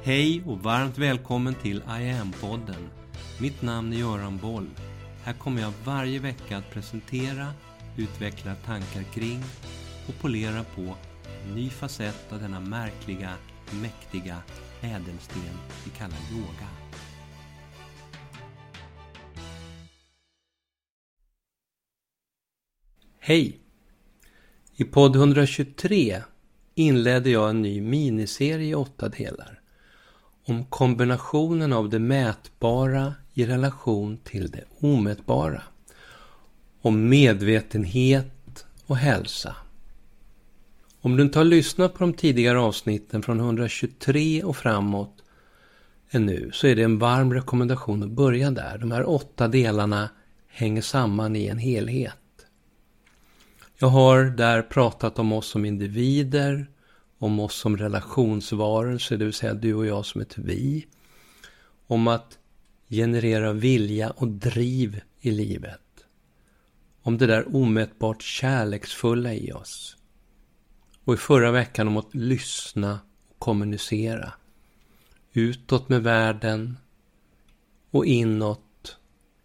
Hej och varmt välkommen till I Am-podden. Mitt namn är Göran Boll. Här kommer jag varje vecka att presentera, utveckla tankar kring och polera på en ny facett av denna märkliga, mäktiga ädelsten vi kallar yoga. Hej! I podd 123 inledde jag en ny miniserie i 8 delar om kombinationen av det mätbara i relation till det omätbara, om medvetenhet och hälsa. Om du inte har lyssnat på de tidigare avsnitten från 123 och framåt ännu, så är det en varm rekommendation att börja där. De här 8 delarna hänger samman i en helhet. Jag har där pratat om oss som individer, om oss som relationsvarelser, det vill säga du och jag som ett vi. Om att generera vilja och driv i livet. Om det där omätbart kärleksfulla i oss. Och i förra veckan om att lyssna och kommunicera. Utåt med världen och inåt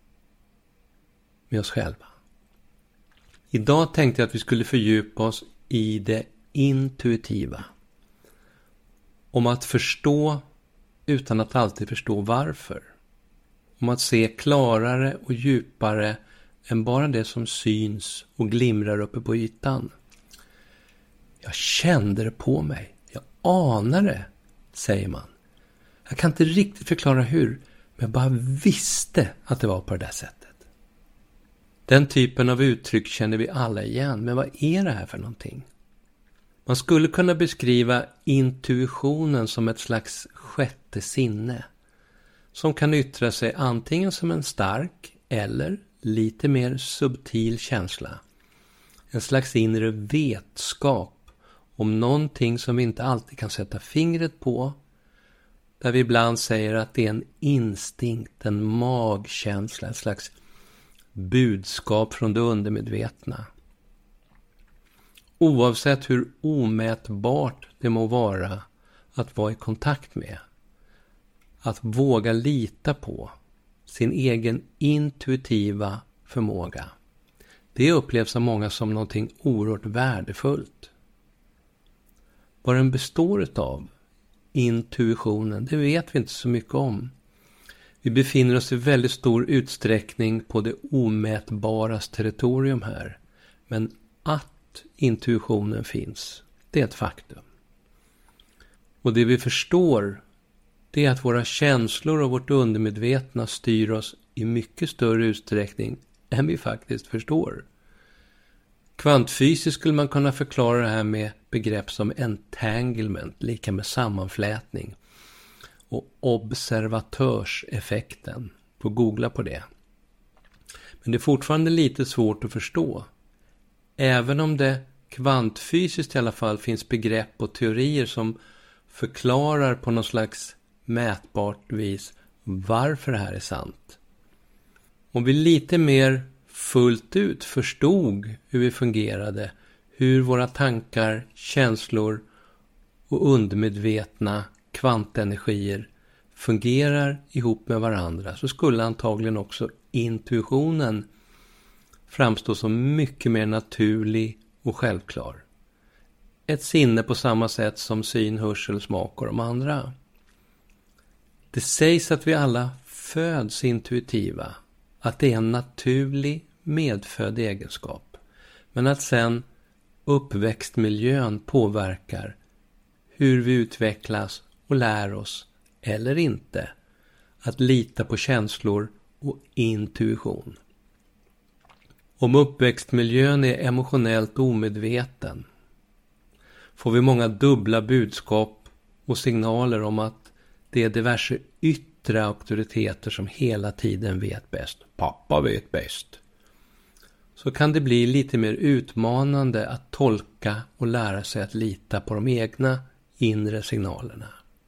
med oss själva. Idag tänkte jag att vi skulle fördjupa oss i det intuitiva. Om att förstå utan att alltid förstå varför. Om att se klarare och djupare än bara det som syns och glimrar uppe på ytan. Jag kände det på mig. Jag anade det, säger man. Jag kan inte riktigt förklara hur, men jag bara visste att det var på det där sättet. Den typen av uttryck känner vi alla igen, men vad är det här för någonting? Man skulle kunna beskriva intuitionen som ett slags sjätte sinne, som kan yttra sig antingen som en stark eller lite mer subtil känsla. En slags inre vetskap om någonting som vi inte alltid kan sätta fingret på, där vi ibland säger att det är en instinkt, en magkänsla, en slags budskap från det undermedvetna. Oavsett hur omätbart det må vara att vara i kontakt med, att våga lita på sin egen intuitiva förmåga. Det upplevs av många som någonting oerhört värdefullt. Vad den består av, intuitionen, det vet vi inte så mycket om. Vi befinner oss i väldigt stor utsträckning på det omätbaras territorium här. Men att intuitionen finns, det är ett faktum. Och det vi förstår, det är att våra känslor och vårt undermedvetna styr oss i mycket större utsträckning än vi faktiskt förstår. Kvantfysiskt skulle man kunna förklara det här med begrepp som entanglement, lika med sammanflätning. Och observatörseffekten. Får googla på det. Men det är fortfarande lite svårt att förstå. Även om det kvantfysiskt i alla fall finns begrepp och teorier som förklarar på någon slags mätbart vis varför det här är sant. Om vi lite mer fullt ut förstod hur vi fungerade, hur våra tankar, känslor och undermedvetna kvantenergier fungerar ihop med varandra, så skulle antagligen också intuitionen framstå som mycket mer naturlig och självklar. Ett sinne på samma sätt som syn, hörsel, smak och de andra. Det sägs att vi alla föds intuitiva, att det är en naturlig medfödd egenskap, men att sen uppväxtmiljön påverkar hur vi utvecklas och lär oss, eller inte, att lita på känslor och intuition. Om uppväxtmiljön är emotionellt omedveten får vi många dubbla budskap och signaler om att det är diverse yttre auktoriteter som hela tiden vet bäst. Pappa vet bäst. Så kan det bli lite mer utmanande att tolka och lära sig att lita på de egna inre signalerna.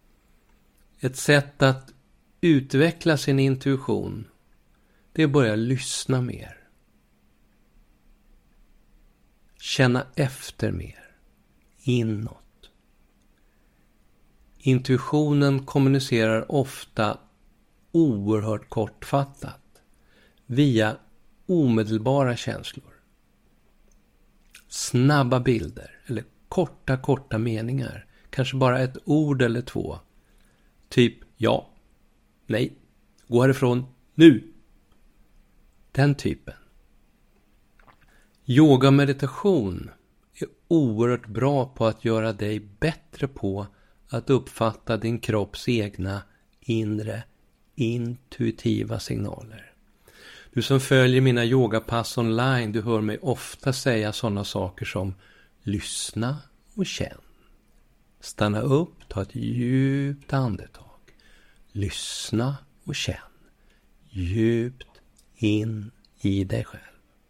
Ett sätt att utveckla sin intuition, det är att börja lyssna mer. Känna efter mer. Inåt. Intuitionen kommunicerar ofta oerhört kortfattat via omedelbara känslor. Snabba bilder eller korta meningar. Kanske bara ett ord eller två. Typ ja, nej, gå härifrån nu. Den typen. Yoga och meditation är oerhört bra på att göra dig bättre på att uppfatta din kropps egna inre intuitiva signaler. Du som följer mina yogapass online, du hör mig ofta säga sådana saker som lyssna och känn. Stanna upp, ta ett djupt andetag. Lyssna och känn. Djupt in i dig själv.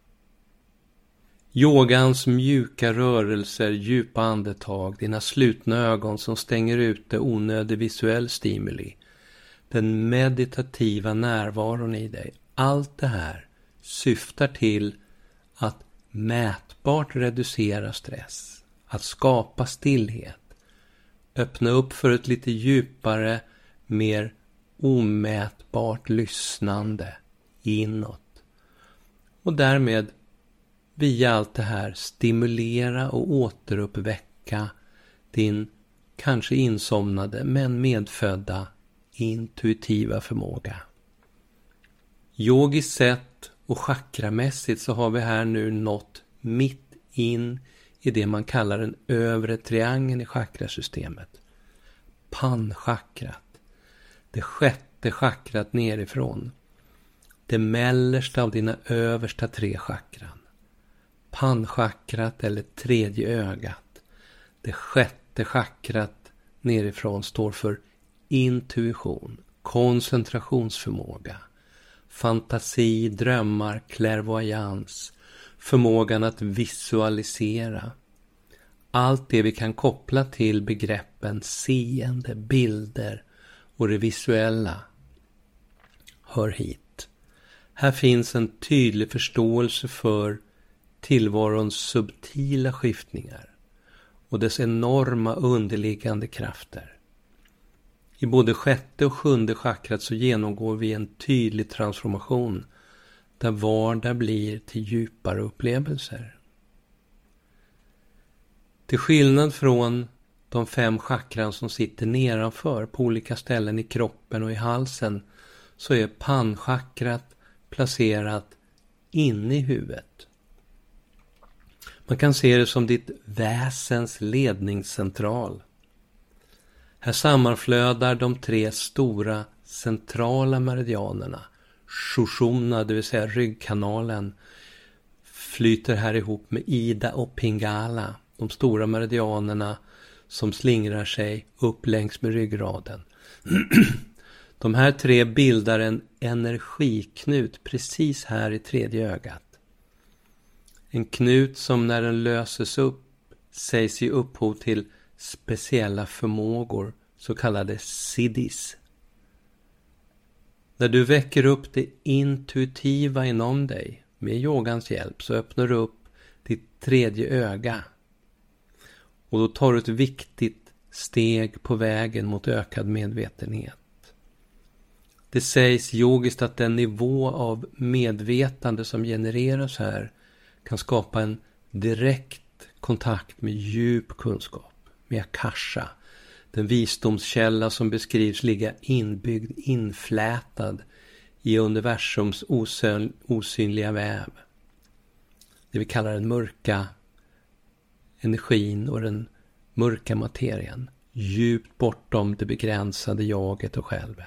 Yogans mjuka rörelser, djupa andetag, dina slutna ögon som stänger ute onödig visuell stimuli. Den meditativa närvaron i dig. Allt det här syftar till att mätbart reducera stress. Att skapa stillhet. Öppna upp för ett lite djupare, mer omätbart lyssnande inåt. Och därmed via allt det här stimulera och återuppväcka din kanske insomnade men medfödda intuitiva förmåga. Yogiskt sett och chakramässigt så har vi här nu nått mitt in i det man kallar den övre triangeln i chakrasystemet. Panchakrat. Det sjätte chakrat nerifrån. Det mellersta av dina översta 3 chakran. Panchakrat eller tredje ögat. Det sjätte chakrat nerifrån står för intuition, koncentrationsförmåga, fantasi, drömmar, clairvoyance, förmågan att visualisera. Allt det vi kan koppla till begreppen seende, bilder och det visuella hör hit. Här finns en tydlig förståelse för tillvarons subtila skiftningar och dess enorma underliggande krafter. I både sjätte och sjunde chakrat så genomgår vi en tydlig transformation där vardag blir till djupare upplevelser. Till skillnad från de 5 chakran som sitter nedanför på olika ställen i kroppen och i halsen så är panchakrat placerat inne i huvudet. Man kan se det som ditt väsens ledningscentral. Här sammanflödar de 3 stora centrala meridianerna. Sushumna, det vill säga ryggkanalen, flyter här ihop med Ida och Pingala. De stora meridianerna som slingrar sig upp längs med ryggraden. De här 3 bildar en energiknut precis här i tredje ögat. En knut som när den löses upp sägs ge upphov till speciella förmågor, så kallade siddhis. När du väcker upp det intuitiva inom dig med yogans hjälp så öppnar du upp ditt tredje öga. Och då tar du ett viktigt steg på vägen mot ökad medvetenhet. Det sägs yogiskt att den nivå av medvetande som genereras här kan skapa en direkt kontakt med djup kunskap, med akasha, den visdomskälla som beskrivs ligga inbyggd, inflätad i universums osynliga väv. Det vi kallar den mörka energin och den mörka materien, djupt bortom det begränsade jaget och självet.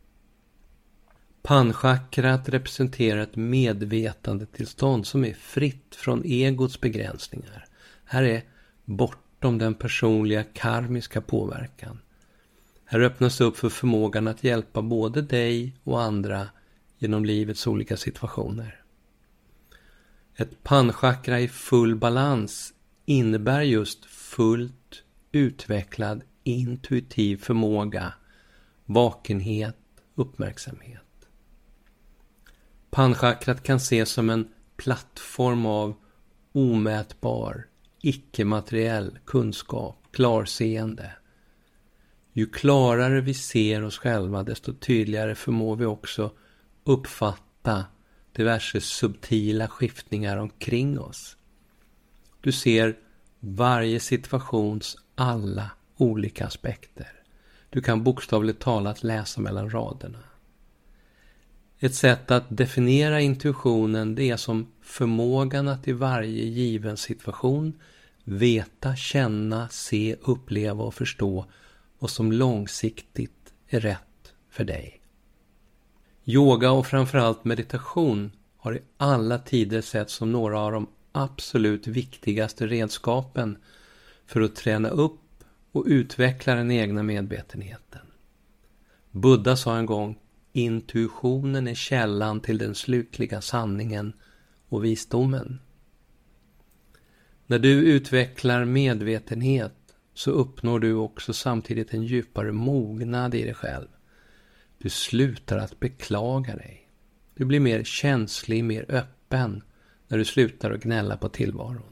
Panchakrat representerar ett medvetandetillstånd som är fritt från egots begränsningar. Här är bortom den personliga karmiska påverkan. Här öppnas upp för förmågan att hjälpa både dig och andra genom livets olika situationer. Ett panchakra i full balans innebär just fullt utvecklad intuitiv förmåga, vakenhet, uppmärksamhet. Panchakrat kan ses som en plattform av omätbar, icke-materiell kunskap, klarseende. Ju klarare vi ser oss själva, desto tydligare förmår vi också uppfatta diverse subtila skiftningar omkring oss. Du ser varje situations alla olika aspekter. Du kan bokstavligt talat läsa mellan raderna. Ett sätt att definiera intuitionen, det är som förmågan att i varje given situation veta, känna, se, uppleva och förstå vad som långsiktigt är rätt för dig. Yoga och framförallt meditation har i alla tider sett som några av de absolut viktigaste redskapen för att träna upp och utveckla den egna medvetenheten. Buddha sa en gång: intuitionen är källan till den slutliga sanningen och visdomen. När du utvecklar medvetenhet så uppnår du också samtidigt en djupare mognad i dig själv. Du slutar att beklaga dig. Du blir mer känslig, mer öppen när du slutar att gnälla på tillvaron.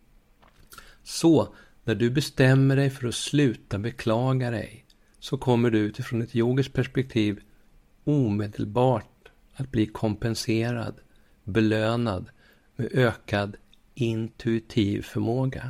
Så när du bestämmer dig för att sluta beklaga dig så kommer du utifrån ett yogiskt perspektiv omedelbart att bli kompenserad, belönad med ökad intuitiv förmåga.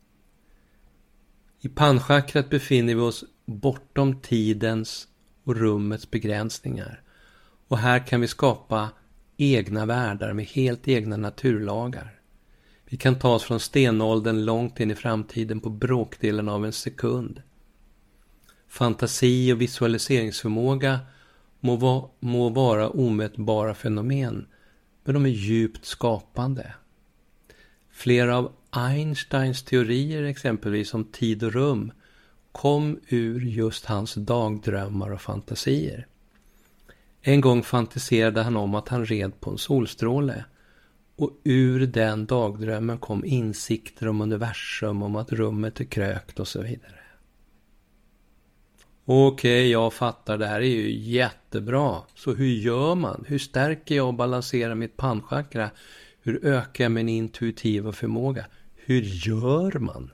I panchakrat befinner vi oss bortom tidens och rummets begränsningar. Och här kan vi skapa egna världar med helt egna naturlagar. Vi kan ta oss från stenåldern långt in i framtiden på bråkdelen av en sekund. Fantasi och visualiseringsförmåga må vara omätbara fenomen, men de är djupt skapande. Flera av Einsteins teorier, exempelvis om tid och rum, kom ur just hans dagdrömmar och fantasier. En gång fantiserade han om att han red på en solstråle, och ur den dagdrömmen kom insikter om universum, om att rummet är krökt och så vidare. Okej, jag fattar, det här är ju jättebra. Så hur gör man? Hur stärker jag och balanserar mitt panchakra? Hur ökar jag min intuitiva förmåga? Hur gör man?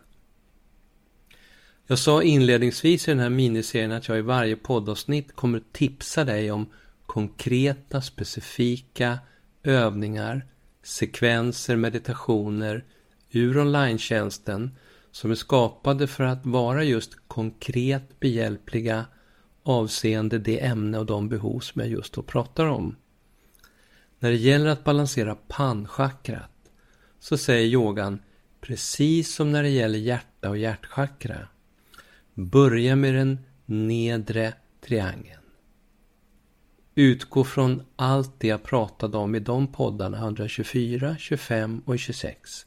Jag sa inledningsvis i den här miniserien att jag i varje poddavsnitt kommer tipsa dig om konkreta, specifika övningar, sekvenser, meditationer ur online-tjänsten som är skapade för att vara just konkret behjälpliga avseende det ämne och de behov som jag just då pratar om. När det gäller att balansera panchakrat så säger yogan, precis som när det gäller hjärta och hjärtchakra, börja med den nedre triangeln. Utgå från allt det jag pratade om i de poddarna 124, 25 och 26.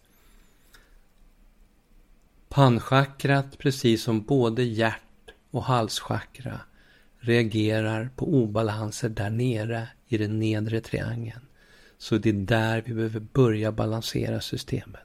Panchakrat, precis som både hjärt- och halschakra, reagerar på obalanser där nere i den nedre triangeln. Så det är där vi behöver börja balansera systemet.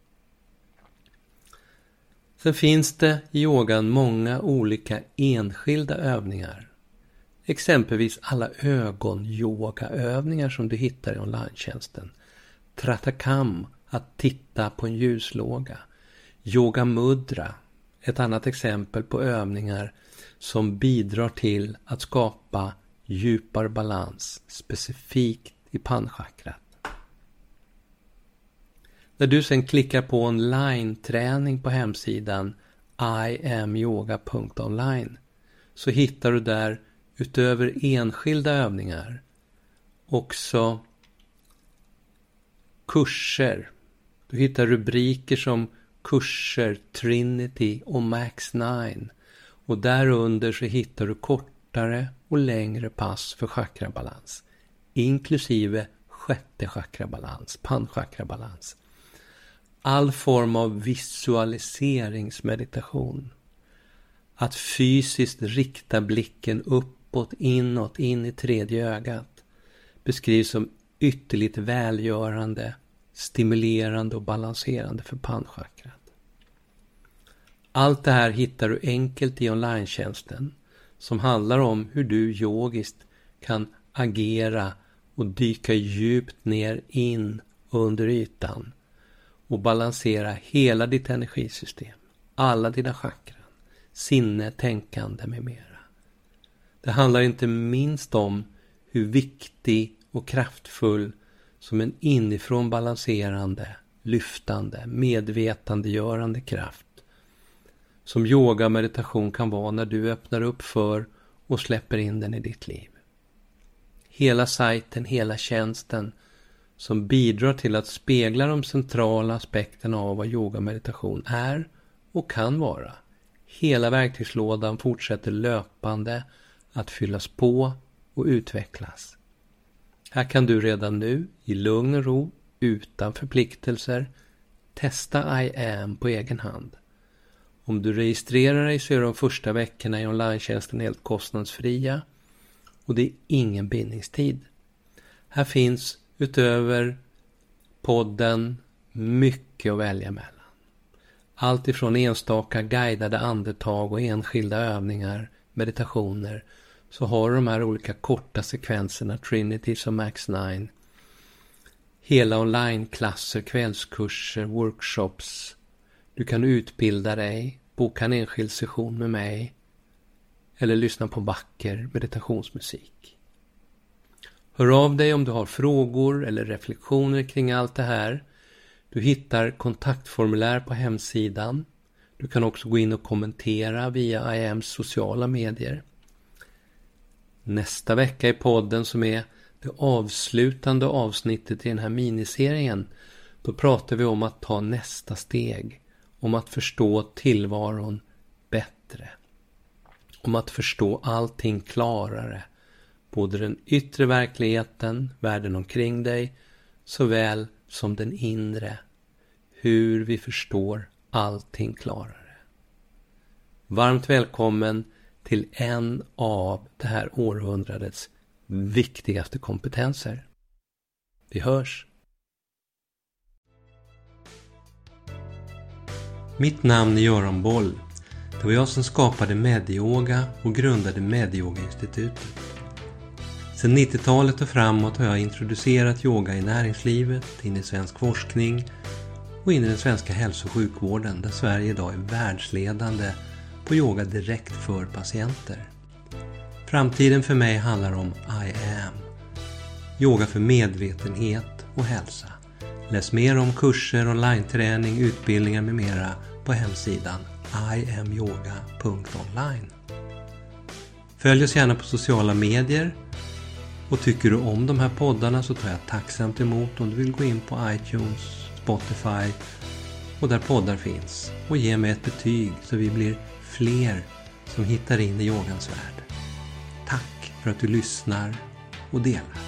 Sen finns det i yogan många olika enskilda övningar. Exempelvis alla ögonyogaövningar som du hittar i online-tjänsten. Tratakam, att titta på en ljuslåga. Yoga mudra, ett annat exempel på övningar som bidrar till att skapa djupare balans, specifikt i panchakrat. När du sen klickar på online-träning på hemsidan iamyoga.online så hittar du där utöver enskilda övningar också kurser. Du hittar rubriker som kurser, Trinity och Max 9. Och därunder så hittar du kortare och längre pass för chakrabalans. Inklusive sjätte chakrabalans, panchakrabalans. All form av visualiseringsmeditation. Att fysiskt rikta blicken uppåt, inåt, in i tredje ögat beskrivs som ytterligt välgörande, stimulerande och balanserande för panchakrat. Allt det här hittar du enkelt i online-tjänsten som handlar om hur du yogiskt kan agera och dyka djupt ner in under ytan och balansera hela ditt energisystem, alla dina chakran, sinne, tänkande med mera. Det handlar inte minst om hur viktig och kraftfull som en inifrån balanserande, lyftande, medvetandegörande kraft som yoga och meditation kan vara när du öppnar upp för och släpper in den i ditt liv. Hela sajten, hela tjänsten som bidrar till att spegla de centrala aspekterna av vad yoga och meditation är och kan vara. Hela verktygslådan fortsätter löpande att fyllas på och utvecklas. Här kan du redan nu i lugn och ro, utan förpliktelser, testa I am på egen hand. Om du registrerar dig så är de första veckorna i online-tjänsten helt kostnadsfria och det är ingen bindningstid. Här finns utöver podden mycket att välja mellan. Allt ifrån enstaka guidade andetag och enskilda övningar, meditationer, så har du de här olika korta sekvenserna, Trinity som Max 9, hela online-klasser, kvällskurser, workshops. Du kan utbilda dig, boka en enskild session med mig eller lyssna på vacker meditationsmusik. Hör av dig om du har frågor eller reflektioner kring allt det här. Du hittar kontaktformulär på hemsidan. Du kan också gå in och kommentera via IAMs sociala medier. Nästa vecka i podden, som är det avslutande avsnittet i den här miniserien, då pratar vi om att ta nästa steg. Om att förstå tillvaron bättre. Om att förstå allting klarare. Både den yttre verkligheten, världen omkring dig, såväl som den inre. Hur vi förstår allting klarare. Varmt välkommen till en av det här århundradets viktigaste kompetenser. Vi hörs! Mitt namn är Göran Boll. Det var jag som skapade Medyoga och grundade Medyoga-institutet. Sedan 90-talet och framåt har jag introducerat yoga i näringslivet, in i svensk forskning och in i den svenska hälso- och sjukvården, där Sverige idag är världsledande på yoga direkt för patienter. Framtiden för mig handlar om I am. Yoga för medvetenhet och hälsa. Läs mer om kurser, online-träning, utbildningar med mera på hemsidan iamyoga.online. Följ oss gärna på sociala medier, och tycker du om de här poddarna så tar jag tacksamt emot om du vill gå in på iTunes, Spotify och där poddar finns och ge mig ett betyg så vi blir fler som hittar in i yogans värld. Tack för att du lyssnar och delar.